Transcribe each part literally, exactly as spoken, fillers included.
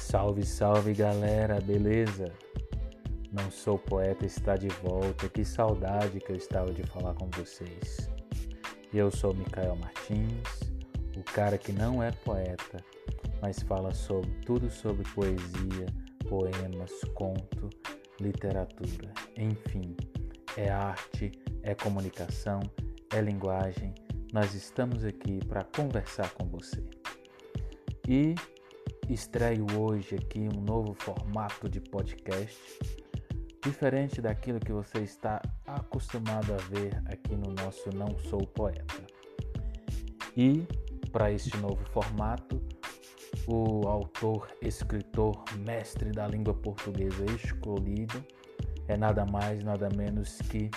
Salve, salve galera, beleza? Não Sou Poeta está de volta, que saudade que eu estava de falar com vocês. Eu sou Micael Martins, o cara que não é poeta, mas fala sobre tudo sobre poesia, poemas, conto, literatura, enfim, é arte, é comunicação, é linguagem. Nós estamos aqui para conversar com você. E estreio hoje aqui um novo formato de podcast, diferente daquilo que você está acostumado a ver aqui no nosso Não Sou Poeta. E para este novo formato, o autor, escritor, mestre da língua portuguesa escolhido é nada mais, nada menos que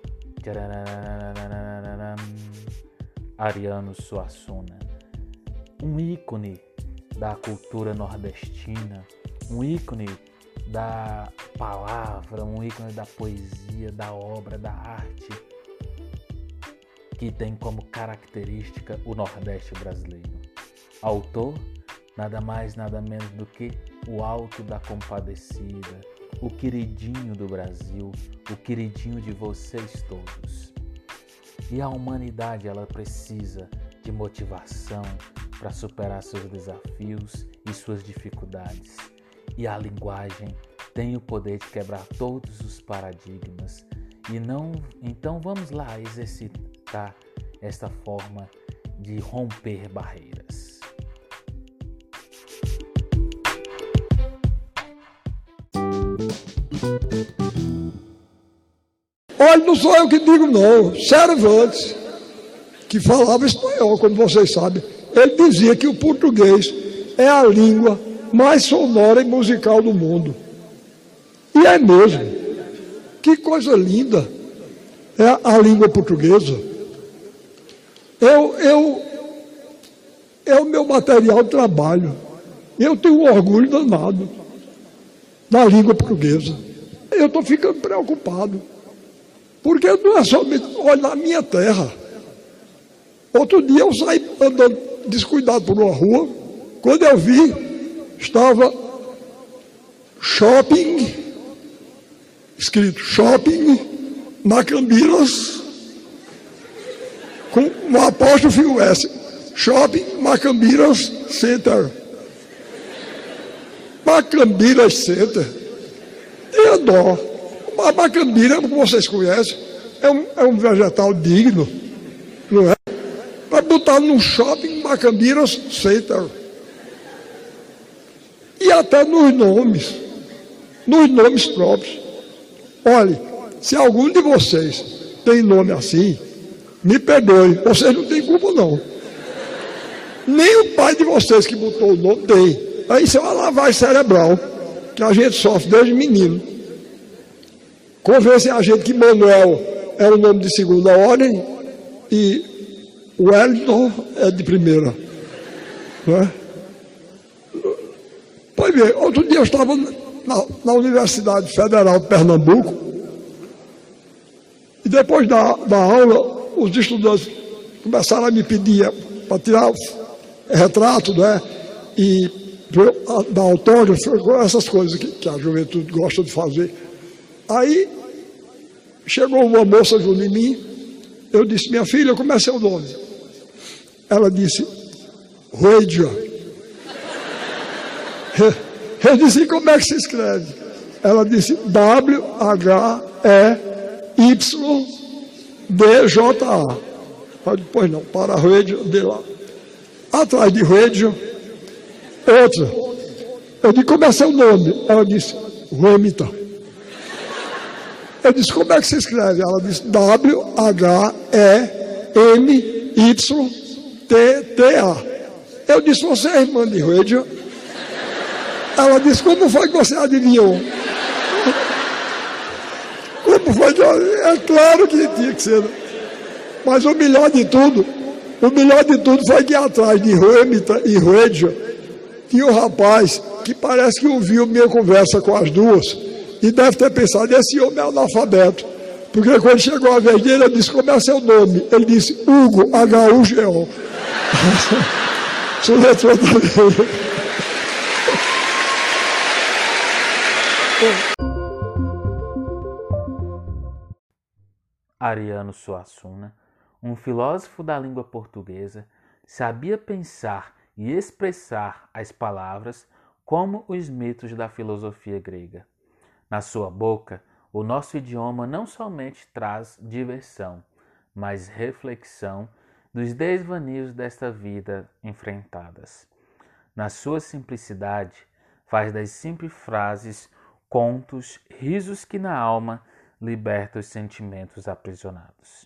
Ariano Suassuna, um ícone da cultura nordestina, um ícone da palavra, um ícone da poesia, da obra, da arte, que tem como característica o Nordeste brasileiro. Autor, nada mais, nada menos do que o Alto da Compadecida, o queridinho do Brasil, o queridinho de vocês todos. E a humanidade, ela precisa de motivação para superar seus desafios e suas dificuldades. E a linguagem tem o poder de quebrar todos os paradigmas. E não, então vamos lá exercitar esta forma de romper barreiras. Olha, não sou eu que digo não, Cervantes, que falava espanhol, como vocês sabem, ele dizia que o português é a língua mais sonora e musical do mundo. E é mesmo. Que coisa linda é a língua portuguesa. Eu, eu, é o meu material de trabalho. Eu tenho um orgulho danado da língua portuguesa. Eu estou ficando preocupado. Porque não é somente, olha, na minha terra. Outro dia eu saí andando descuidado por uma rua, quando eu vi, estava shopping, escrito shopping, Macambiras, com um apóstrofo S, shopping Macambiras Center. Macambiras Center, tenha dó. A macambira, como vocês conhecem, é um, é um vegetal digno, não é? Vai botar num shopping Macambiras Center. E até nos nomes, nos nomes próprios. Olhe, se algum de vocês tem nome assim, me perdoe, vocês não têm culpa não. Nem o pai de vocês que botou o nome tem. Aí isso é uma lavagem cerebral, que a gente sofre desde menino. Convencem a gente que Manuel é o nome de segunda ordem e Wellington é de primeira. Não é? Pois bem, outro dia eu estava na, na Universidade Federal de Pernambuco e depois da, da aula os estudantes começaram a me pedir para tirar retrato, né? E dar autógrafo, essas coisas que, que a juventude gosta de fazer. Aí chegou uma moça junto em mim, eu disse, minha filha, como é seu nome? Ela disse, Ruedia. Eu disse, como é que se escreve? Ela disse, W H E Y D J A. Eu disse, pois não, para Ruedia, de lá. Atrás de Ruedia, outra. Eu disse, como é seu nome? Ela disse, Remington. Eu disse, como é que se escreve? Ela disse, W H E M Y T T A. Eu disse, você é irmã de Ruedia? Ela disse, como foi que você adivinhou? Como foi que... É claro que tinha que ser. Mas o melhor de tudo, o melhor de tudo foi que atrás de Remington e Ruedia tinha um rapaz que parece que ouviu minha conversa com as duas e deve ter pensado, esse homem é analfabeto. Porque quando chegou a vez dele, eu disse, como é seu nome? Ele disse, Hugo, H U G O. Soletrou também. Ariano Suassuna, um filósofo da língua portuguesa, sabia pensar e expressar as palavras como os mitos da filosofia grega. Na sua boca, o nosso idioma não somente traz diversão, mas reflexão dos desvanios desta vida enfrentadas. Na sua simplicidade, faz das simples frases contos, risos que na alma libertam os sentimentos aprisionados.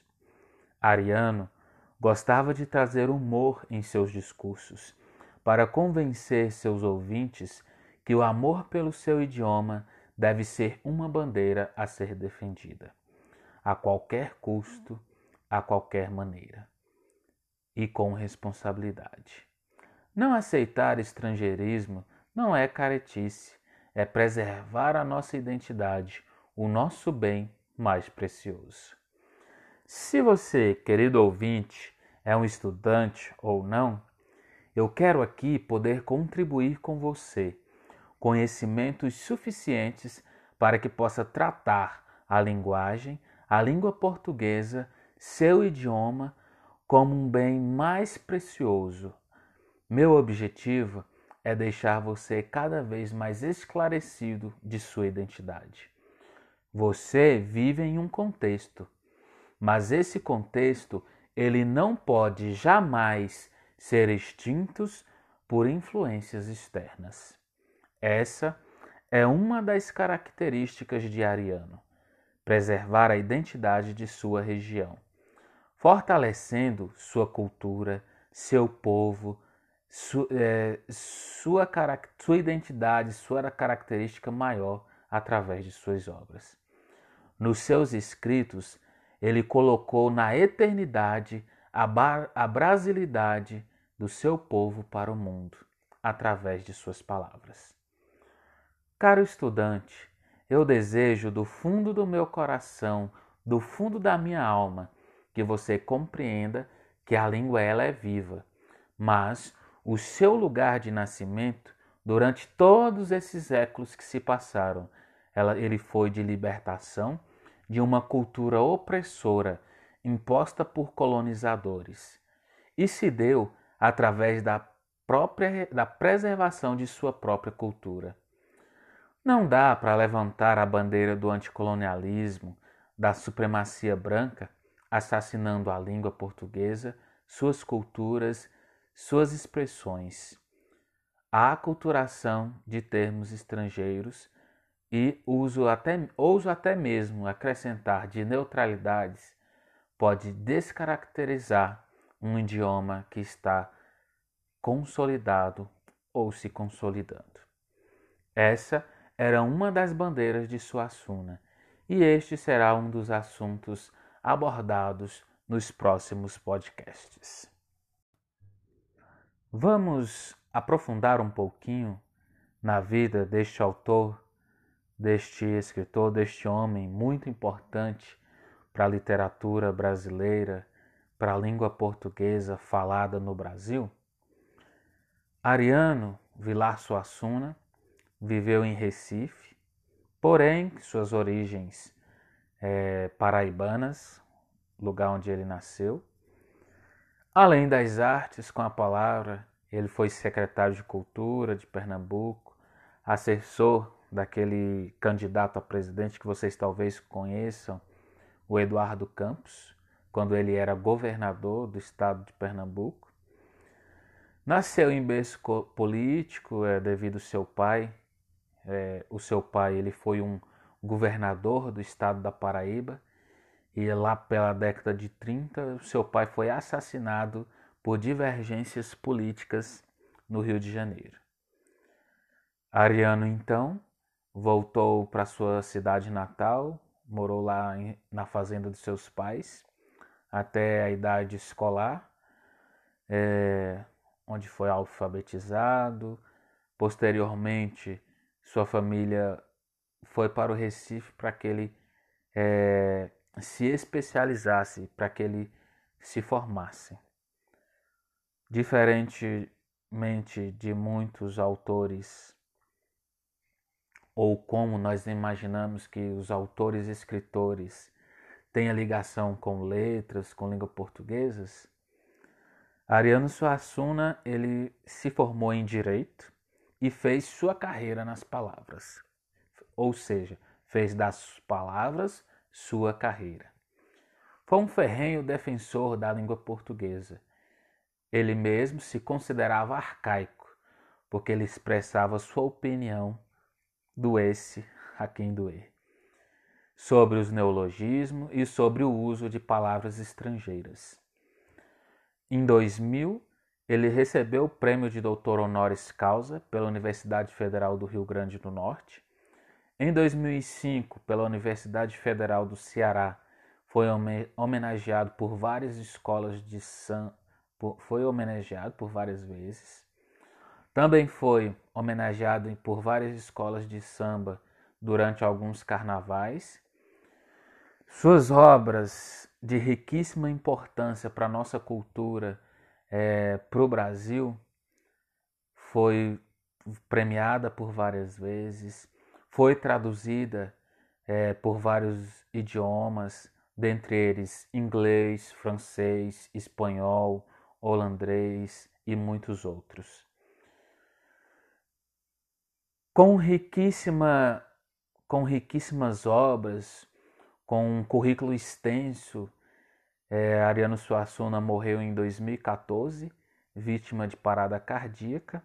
Ariano gostava de trazer humor em seus discursos, para convencer seus ouvintes que o amor pelo seu idioma deve ser uma bandeira a ser defendida, a qualquer custo, a qualquer maneira, e com responsabilidade. Não aceitar estrangeirismo não é caretice, é preservar a nossa identidade, o nosso bem mais precioso. Se você, querido ouvinte, é um estudante ou não, eu quero aqui poder contribuir com você conhecimentos suficientes para que possa tratar a linguagem, a língua portuguesa, seu idioma, como um bem mais precioso. Meu objetivo é deixar você cada vez mais esclarecido de sua identidade. Você vive em um contexto, mas esse contexto ele não pode jamais ser extinto por influências externas. Essa é uma das características de Ariano, preservar a identidade de sua região, fortalecendo sua cultura, seu povo, su, é, sua, sua identidade, sua característica maior através de suas obras. Nos seus escritos, ele colocou na eternidade a, bar, a brasilidade do seu povo para o mundo, através de suas palavras. Caro estudante, eu desejo do fundo do meu coração, do fundo da minha alma, que você compreenda que a língua ela é viva, mas o seu lugar de nascimento, durante todos esses séculos que se passaram, ela, ele foi de libertação de uma cultura opressora imposta por colonizadores e se deu através da própria da preservação de sua própria cultura. Não dá para levantar a bandeira do anticolonialismo, da supremacia branca, assassinando a língua portuguesa, suas culturas, suas expressões. A aculturação de termos estrangeiros e uso até, ouso até mesmo acrescentar de neutralidades pode descaracterizar um idioma que está consolidado ou se consolidando. Essa era uma das bandeiras de Suassuna e este será um dos assuntos abordados nos próximos podcasts. Vamos aprofundar um pouquinho na vida deste autor, deste escritor, deste homem muito importante para a literatura brasileira, para a língua portuguesa falada no Brasil? Ariano Vilar Suassuna viveu em Recife, porém suas origens é, paraibanas, lugar onde ele nasceu. Além das artes com a palavra, ele foi secretário de Cultura de Pernambuco, assessor daquele candidato a presidente que vocês talvez conheçam, o Eduardo Campos, quando ele era governador do estado de Pernambuco. Nasceu em berço político é, devido ao seu pai. É, o seu pai ele foi um governador do estado da Paraíba e lá pela década de trinta o seu pai foi assassinado por divergências políticas no Rio de Janeiro. Ariano então voltou para sua cidade natal, morou lá em, na fazenda dos seus pais até a idade escolar, é, onde foi alfabetizado. Posteriormente, sua família foi para o Recife para que ele é, se especializasse, para que ele se formasse. Diferentemente de muitos autores ou como nós imaginamos que os autores e escritores têm a ligação com letras, com língua portuguesas, Ariano Suassuna ele se formou em Direito e fez sua carreira nas palavras, ou seja, fez das palavras sua carreira. Foi um ferrenho defensor da língua portuguesa. Ele mesmo se considerava arcaico, porque ele expressava sua opinião, doesse a quem doer, sobre os neologismos e sobre o uso de palavras estrangeiras. Em dois mil, ele recebeu o prêmio de doutor honoris causa pela Universidade Federal do Rio Grande do Norte. Em dois mil e cinco, pela Universidade Federal do Ceará, foi homenageado por várias escolas de samba, foi homenageado por várias vezes. Também foi homenageado por várias escolas de samba durante alguns carnavais. Suas obras de riquíssima importância para a nossa cultura, é, para o Brasil, foi premiada por várias vezes, foi traduzida é, por vários idiomas, dentre eles inglês, francês, espanhol, holandês e muitos outros. Com, riquíssima, com riquíssimas obras, com um currículo extenso, é, Ariano Suassuna morreu em dois mil e quatorze, vítima de parada cardíaca,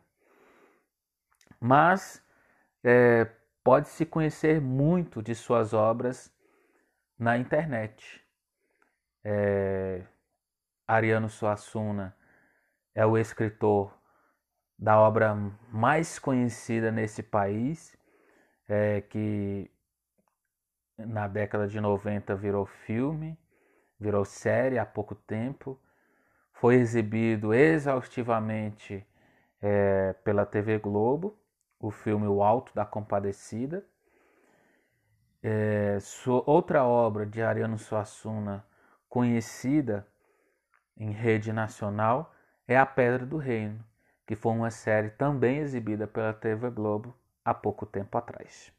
mas é, pode-se conhecer muito de suas obras na internet. É, Ariano Suassuna é o escritor da obra mais conhecida nesse país, é, que na década de noventa virou filme, virou série há pouco tempo, foi exibido exaustivamente é, pela T V Globo, o filme O Alto da Compadecida. É, sua, outra obra de Ariano Suassuna conhecida em rede nacional é A Pedra do Reino, que foi uma série também exibida pela T V Globo há pouco tempo atrás.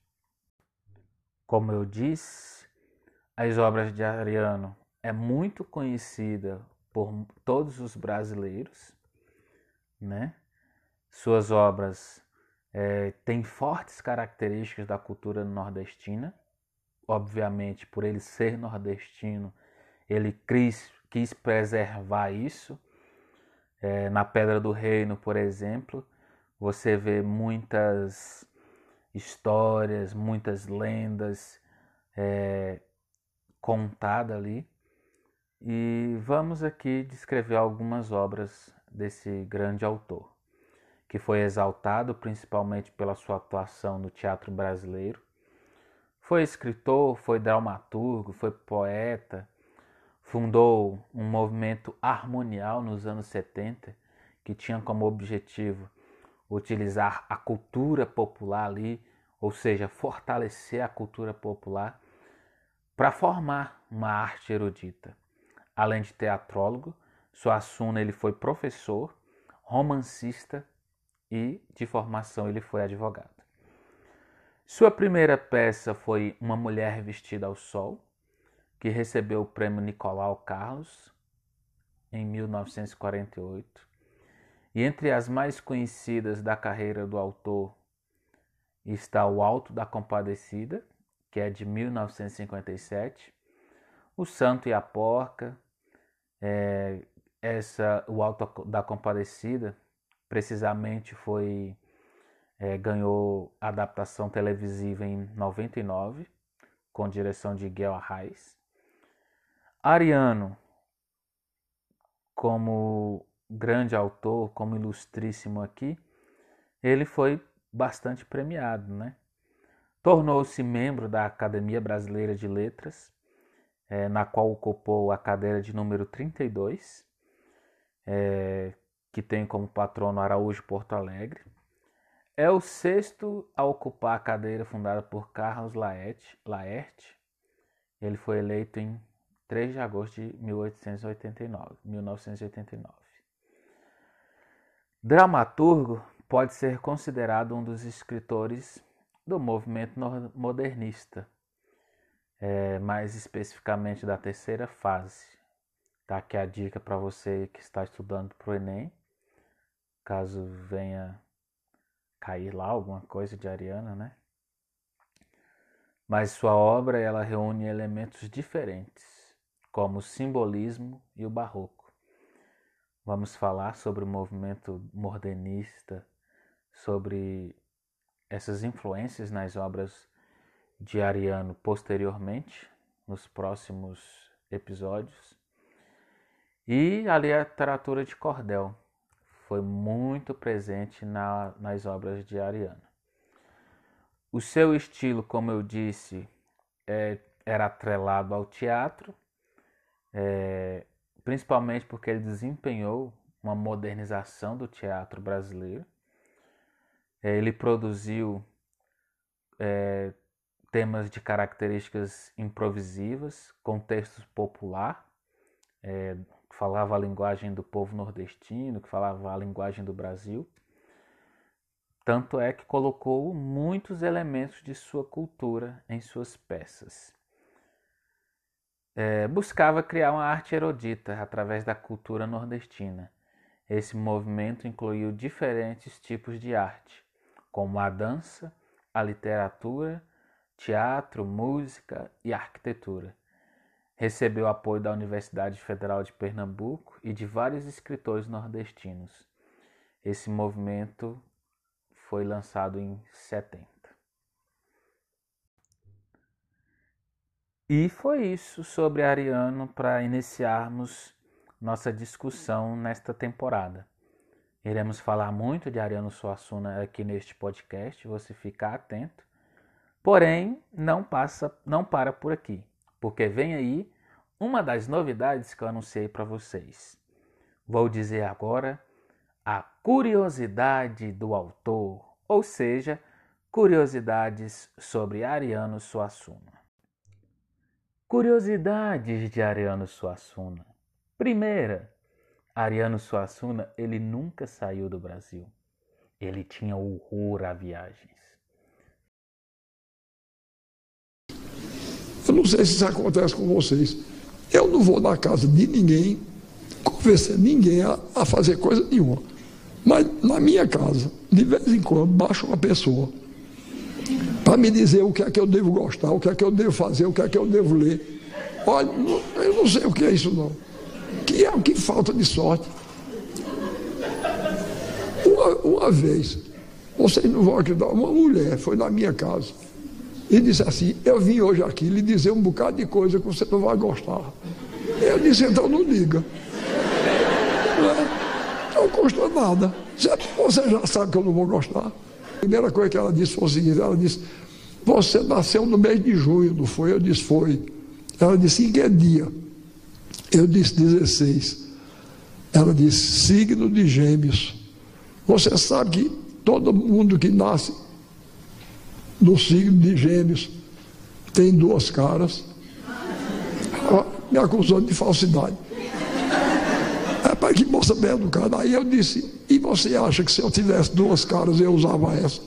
Como eu disse, as obras de Ariano é muito conhecida por todos os brasileiros, né? Suas obras é, têm fortes características da cultura nordestina. Obviamente, por ele ser nordestino, ele quis, quis preservar isso. É, na Pedra do Reino, por exemplo, você vê muitas histórias, muitas lendas é, contadas ali. E vamos aqui descrever algumas obras desse grande autor, que foi exaltado principalmente pela sua atuação no teatro brasileiro. Foi escritor, foi dramaturgo, foi poeta, fundou um movimento harmonial nos anos setenta, que tinha como objetivo utilizar a cultura popular ali, ou seja, fortalecer a cultura popular para formar uma arte erudita. Além de teatrólogo, Suassuna ele foi professor, romancista e, de formação, ele foi advogado. Sua primeira peça foi Uma Mulher Vestida ao Sol, que recebeu o prêmio Nicolau Carlos em mil novecentos e quarenta e oito. E entre as mais conhecidas da carreira do autor está O Alto da Compadecida, que é de mil novecentos e cinquenta e sete, O Santo e a Porca. É, essa, O Alto da Compadecida precisamente foi é, ganhou adaptação televisiva em noventa e nove, com direção de Guel Arraes. Ariano, como grande autor, como ilustríssimo aqui, ele foi bastante premiado, né? Tornou-se membro da Academia Brasileira de Letras, é, na qual ocupou a cadeira de número trinta e dois, é, que tem como patrono Araújo Porto Alegre. É o sexto a ocupar a cadeira fundada por Carlos Laerte. Laerte. Ele foi eleito em três de agosto de mil novecentos e oitenta e nove. Dramaturgo, pode ser considerado um dos escritores do movimento modernista, é, mais especificamente da terceira fase. Tá aqui a dica para você que está estudando para o Enem, caso venha cair lá alguma coisa de Ariano, né? Mas sua obra ela reúne elementos diferentes, como o simbolismo e o barroco. Vamos falar sobre o movimento modernista, sobre essas influências nas obras de Ariano posteriormente, nos próximos episódios. E a literatura de cordel foi muito presente na, nas obras de Ariano. O seu estilo, como eu disse, é, era atrelado ao teatro, é, principalmente porque ele desempenhou uma modernização do teatro brasileiro. É, ele produziu é, temas de características improvisivas, contexto popular, é, que falava a linguagem do povo nordestino, que falava a linguagem do Brasil. Tanto é que colocou muitos elementos de sua cultura em suas peças. É, buscava criar uma arte erudita através da cultura nordestina. Esse movimento incluiu diferentes tipos de arte, como a dança, a literatura, teatro, música e arquitetura. Recebeu apoio da Universidade Federal de Pernambuco e de vários escritores nordestinos. Esse movimento foi lançado em setenta. E foi isso sobre Ariano para iniciarmos nossa discussão nesta temporada. Iremos falar muito de Ariano Suassuna aqui neste podcast, você fica atento. Porém, não, passa, não para por aqui, porque vem aí uma das novidades que eu anunciei para vocês. Vou dizer agora a curiosidade do autor, ou seja, curiosidades sobre Ariano Suassuna. Curiosidades de Ariano Suassuna. Primeira, Ariano Suassuna, ele nunca saiu do Brasil. Ele tinha horror a viagens. Eu não sei se isso acontece com vocês. Eu não vou na casa de ninguém, convencer ninguém a, a fazer coisa nenhuma. Mas na minha casa, de vez em quando, baixa uma pessoa para me dizer o que é que eu devo gostar, o que é que eu devo fazer, o que é que eu devo ler. Olha, eu não sei o que é isso não. Que é o que falta de sorte. Uma, uma vez, vocês não vão acreditar, uma mulher foi na minha casa e disse assim, eu vim hoje aqui lhe dizer um bocado de coisa que você não vai gostar. Eu disse, então não diga. Não, não custa nada. Você já sabe que eu não vou gostar. A primeira coisa que ela disse foi o seguinte, ela disse, você nasceu no mês de junho, não foi? Eu disse, foi. Ela disse, em que dia? Eu disse, dezesseis. Ela disse, signo de Gêmeos. Você sabe que todo mundo que nasce no signo de Gêmeos tem duas caras. Ela me acusou de falsidade. É para que moça bem educada. Aí eu disse, e você acha que se eu tivesse duas caras eu usava essa?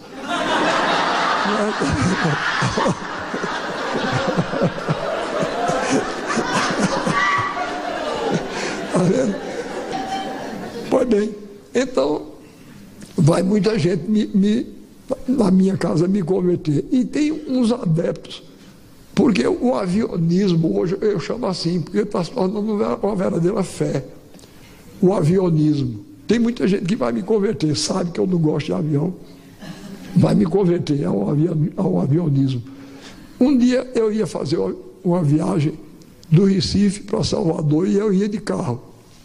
Tá vendo? Pois bem, então vai muita gente me, me, na minha casa me converter. E tem uns adeptos, porque o avionismo hoje eu chamo assim, porque está se tornando uma verdadeira fé. O avionismo. Tem muita gente que vai me converter, sabe que eu não gosto de avião, vai me converter ao, avion, ao avionismo. Um dia eu ia fazer uma viagem do Recife para Salvador e eu ia de carro.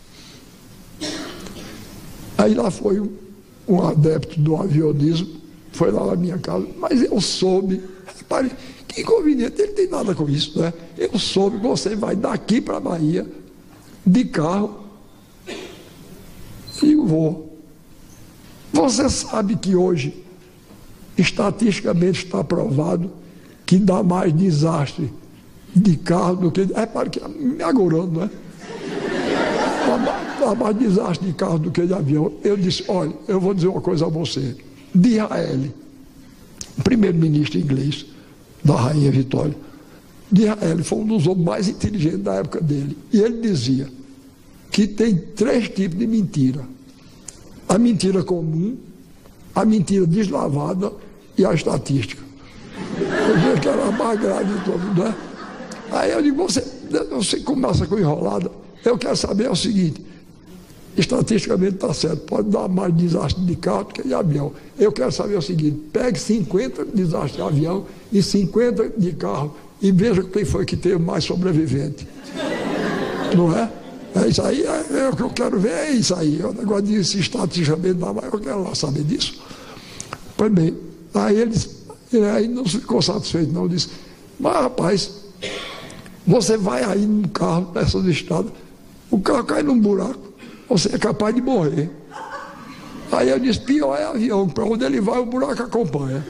Aí lá foi um, um adepto do avionismo, foi lá na minha casa, mas eu soube, repare, que inconveniente, ele tem nada com isso, né? Eu soube que você vai daqui para a Bahia, de carro, e vou. Você sabe que hoje, estatisticamente está provado, que dá mais desastre de carro do que... Repare que me agorando, né? Dá mais desastre de carro do que de avião. Eu disse, olha, eu vou dizer uma coisa a você. De Israel um primeiro-ministro inglês da Rainha Vitória de Israel. Ele foi um dos homens mais inteligentes da época dele. E ele dizia que tem três tipos de mentira: a mentira comum, a mentira deslavada e a estatística. Eu vejo que era a mais grave de todas, né? Aí eu digo, você, você começa com enrolada. Eu quero saber o seguinte: estatisticamente está certo, pode dar mais desastre de carro do que de avião. Eu quero saber o seguinte: pegue cinquenta desastres de avião e cinquenta de carro e veja quem foi que teve mais sobrevivente. Não é? É isso aí, é, é o que eu quero ver, é isso aí. O negócio de se estatisticamente dá mais, eu quero lá saber disso. Pois bem, aí ele disse, aí não ficou satisfeito, não. Disse, mas rapaz, você vai aí num carro, nessas estradas, o carro cai num buraco, você é capaz de morrer. Aí eu disse, pior é avião, para onde ele vai o buraco acompanha.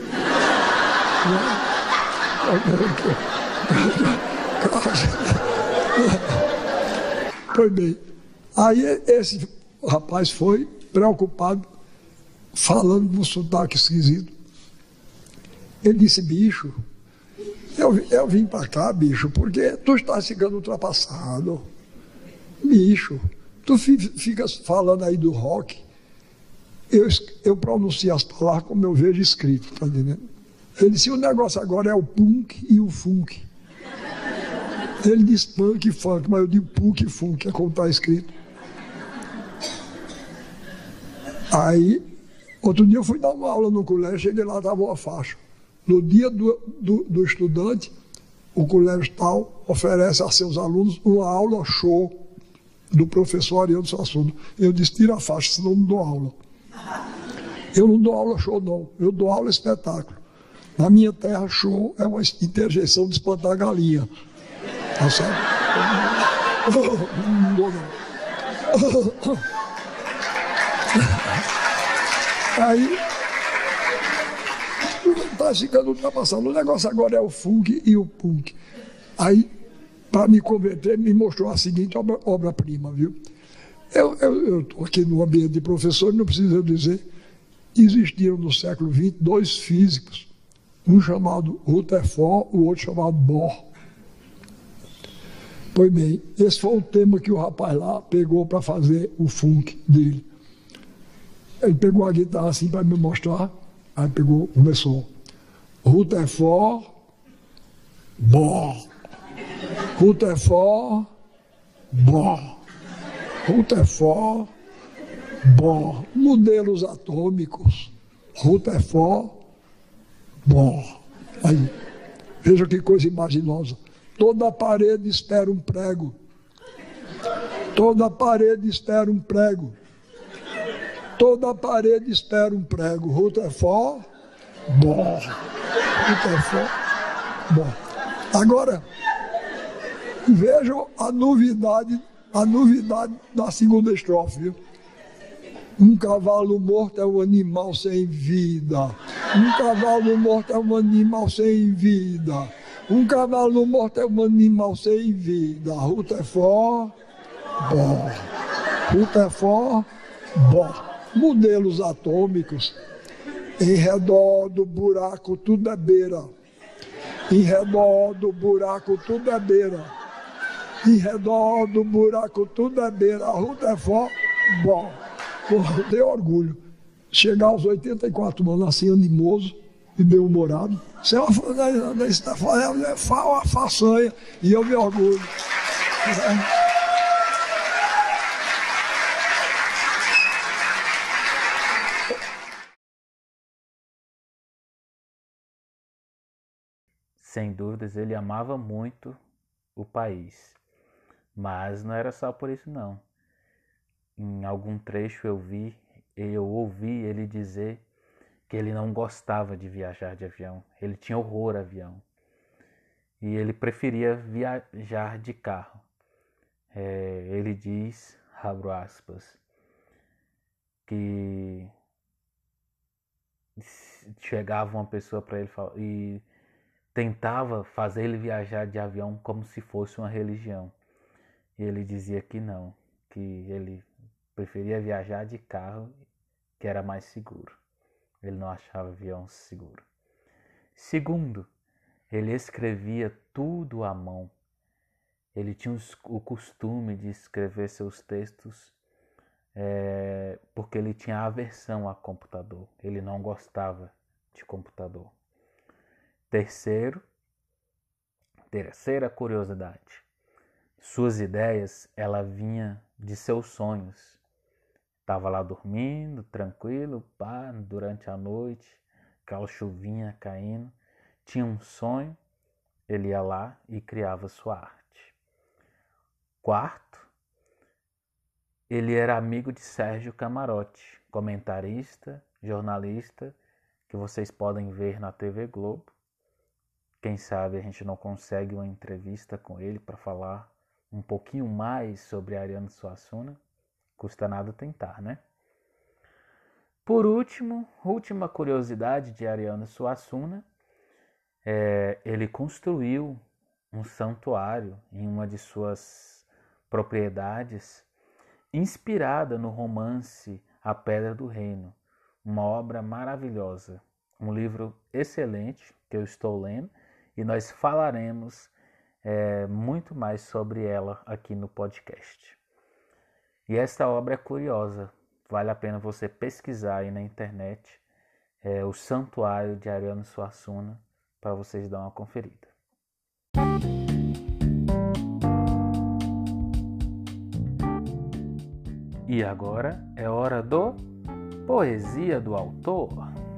Pois bem, aí esse rapaz foi preocupado, falando com um sotaque esquisito. Ele disse, bicho, eu, eu vim para cá, bicho, porque tu estás ficando ultrapassado. Bicho, tu ficas falando aí do rock, eu, eu pronuncio as palavras como eu vejo escrito, tá entendendo? Ele disse, o negócio agora é o punk e o funk. Ele diz punk e funk, mas eu digo punk e funk, é como está escrito. Aí, outro dia eu fui dar uma aula no colégio, cheguei lá, estava uma faixa. No dia do, do, do estudante, o colégio tal oferece a seus alunos uma aula show do professor Ariano Suassuna. Eu disse, tira a faixa, senão não dou aula. Eu não dou aula show, não. Eu dou aula espetáculo. Na minha terra, show é uma interjeição de espantar galinha. Tá certo? Não dou, não. Aí, tá ficando ultrapassado. O negócio agora é o funk e o punk. Aí, para me converter, me mostrou a seguinte obra, obra-prima, viu? Eu estou aqui no ambiente de professor, não preciso dizer, existiram no século vinte dois físicos, um chamado Rutherford, o outro chamado Bohr. Pois bem, esse foi o tema que o rapaz lá pegou para fazer o funk dele. Ele pegou a guitarra assim para me mostrar, aí pegou, começou. Rutherford, Bohr. Rutherford, Bohr. Rutherford, Bohr. Modelos atômicos, Rutherford, Bohr. Aí, veja que coisa imaginosa. Toda parede espera um prego. Toda parede espera um prego. Toda parede espera um prego. Rutherford, Bohr. Rutherford, Bohr. Agora, vejam a novidade, a novidade da segunda estrofe, viu? Um cavalo morto é um animal sem vida. Um cavalo morto é um animal sem vida. Um cavalo morto é um animal sem vida. Rutherford, Bohr. Rutherford, Bohr. Modelos atômicos. Em redor do buraco tudo é beira. Em redor do buraco tudo é beira. Em redor do buraco tudo é beira. Rutherford, Bohr. Eu tenho orgulho. Chegar aos oitenta e quatro anos assim, animoso e bem-humorado. Isso é uma, é uma façanha e eu me orgulho. Sem dúvidas, ele amava muito o país. Mas não era só por isso, não. Em algum trecho eu vi, eu ouvi ele dizer que ele não gostava de viajar de avião. Ele tinha horror a avião. E ele preferia viajar de carro. É, ele diz, abro aspas, que chegava uma pessoa para ele e tentava fazer ele viajar de avião como se fosse uma religião. E ele dizia que não, que ele preferia viajar de carro, que era mais seguro. Ele não achava avião seguro. Segundo, ele escrevia tudo à mão. Ele tinha o costume de escrever seus textos é, porque ele tinha aversão a computador. Ele não gostava de computador. Terceiro, terceira curiosidade. Suas ideias, ela vinha de seus sonhos. Estava lá dormindo, tranquilo, pá, durante a noite, aquela chuvinha caindo. Tinha um sonho, ele ia lá e criava sua arte. Quarto, ele era amigo de Sérgio Camarote, comentarista, jornalista, que vocês podem ver na T V Globo. Quem sabe a gente não consegue uma entrevista com ele para falar um pouquinho mais sobre Ariano Suassuna. Custa nada tentar, né? Por último, última curiosidade de Ariano Suassuna, é, ele construiu um santuário em uma de suas propriedades, inspirada no romance A Pedra do Reino, uma obra maravilhosa, um livro excelente que eu estou lendo e nós falaremos é, muito mais sobre ela aqui no podcast. E esta obra é curiosa, vale a pena você pesquisar aí na internet é, o Santuário de Ariano Suassuna para vocês dar uma conferida. E agora é hora do Poesia do Autor.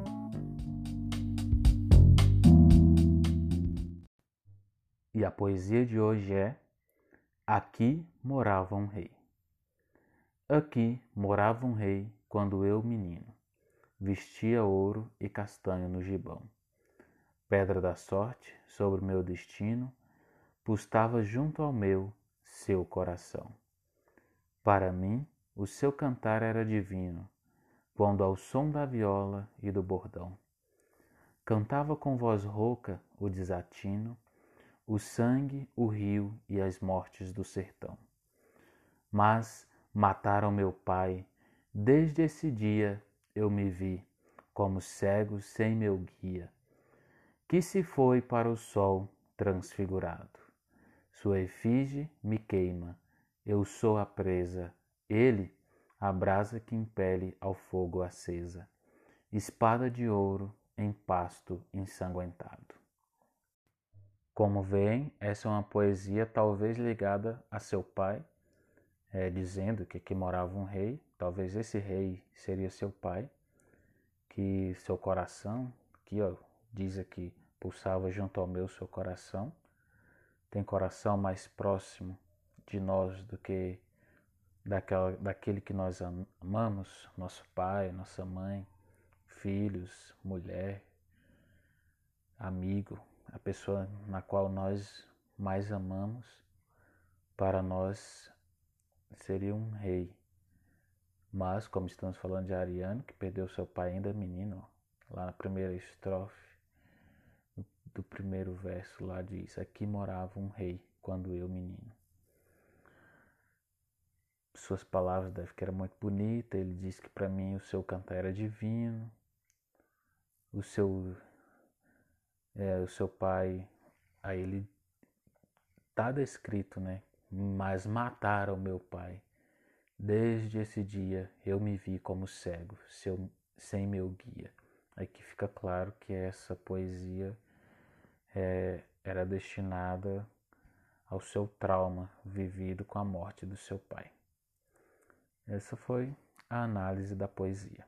E a poesia de hoje é Aqui morava um rei. Aqui morava um rei quando eu, menino, vestia ouro e castanho no gibão. Pedra da sorte sobre meu destino pustava junto ao meu, seu coração. Para mim, o seu cantar era divino, quando ao som da viola e do bordão cantava com voz rouca o desatino, o sangue, o rio e as mortes do sertão. Mas mataram meu pai, desde esse dia eu me vi como cego sem meu guia, que se foi para o sol transfigurado. Sua efígie me queima, eu sou a presa, ele, a brasa que impele ao fogo acesa, espada de ouro em pasto ensanguentado. Como veem, essa é uma poesia talvez ligada a seu pai, é, dizendo que aqui morava um rei, talvez esse rei seria seu pai, que seu coração, aqui ó, diz aqui, pulsava junto ao meu seu coração, tem coração mais próximo de nós do que daquela, daquele que nós amamos, nosso pai, nossa mãe, filhos, mulher, amigo, a pessoa na qual nós mais amamos, para nós seria um rei. Mas, como estamos falando de Ariano, que perdeu seu pai ainda menino, ó, lá na primeira estrofe do primeiro verso, lá diz, aqui morava um rei quando eu menino. Suas palavras devem que era muito bonita, ele disse que para mim o seu cantar era divino, o seu, é, o seu pai, aí ele está descrito, né? Mas mataram meu pai. Desde esse dia eu me vi como cego, seu, sem meu guia. Aqui fica claro que essa poesia é, era destinada ao seu trauma vivido com a morte do seu pai. Essa foi a análise da poesia.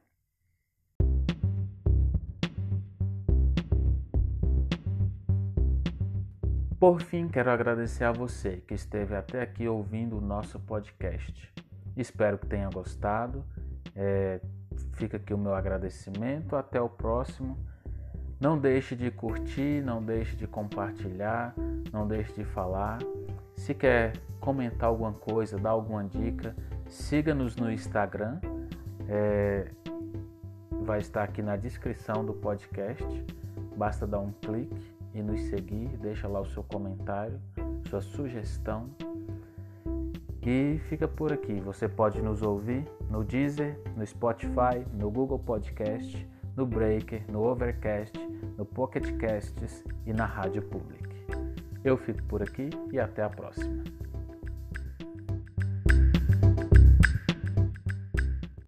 Por fim, quero agradecer a você que esteve até aqui ouvindo o nosso podcast. Espero que tenha gostado. É, fica aqui o meu agradecimento. Até o próximo. Não deixe de curtir, não deixe de compartilhar, não deixe de falar. Se quer comentar alguma coisa, dar alguma dica, siga-nos no Instagram. É, vai estar aqui na descrição do podcast. Basta dar um clique e nos seguir, deixa lá o seu comentário, sua sugestão e fica por aqui. Você pode nos ouvir no Deezer, no Spotify, no Google Podcast, no Breaker, no Overcast, no Pocket Casts e na Rádio Public. Eu fico por aqui e até a próxima.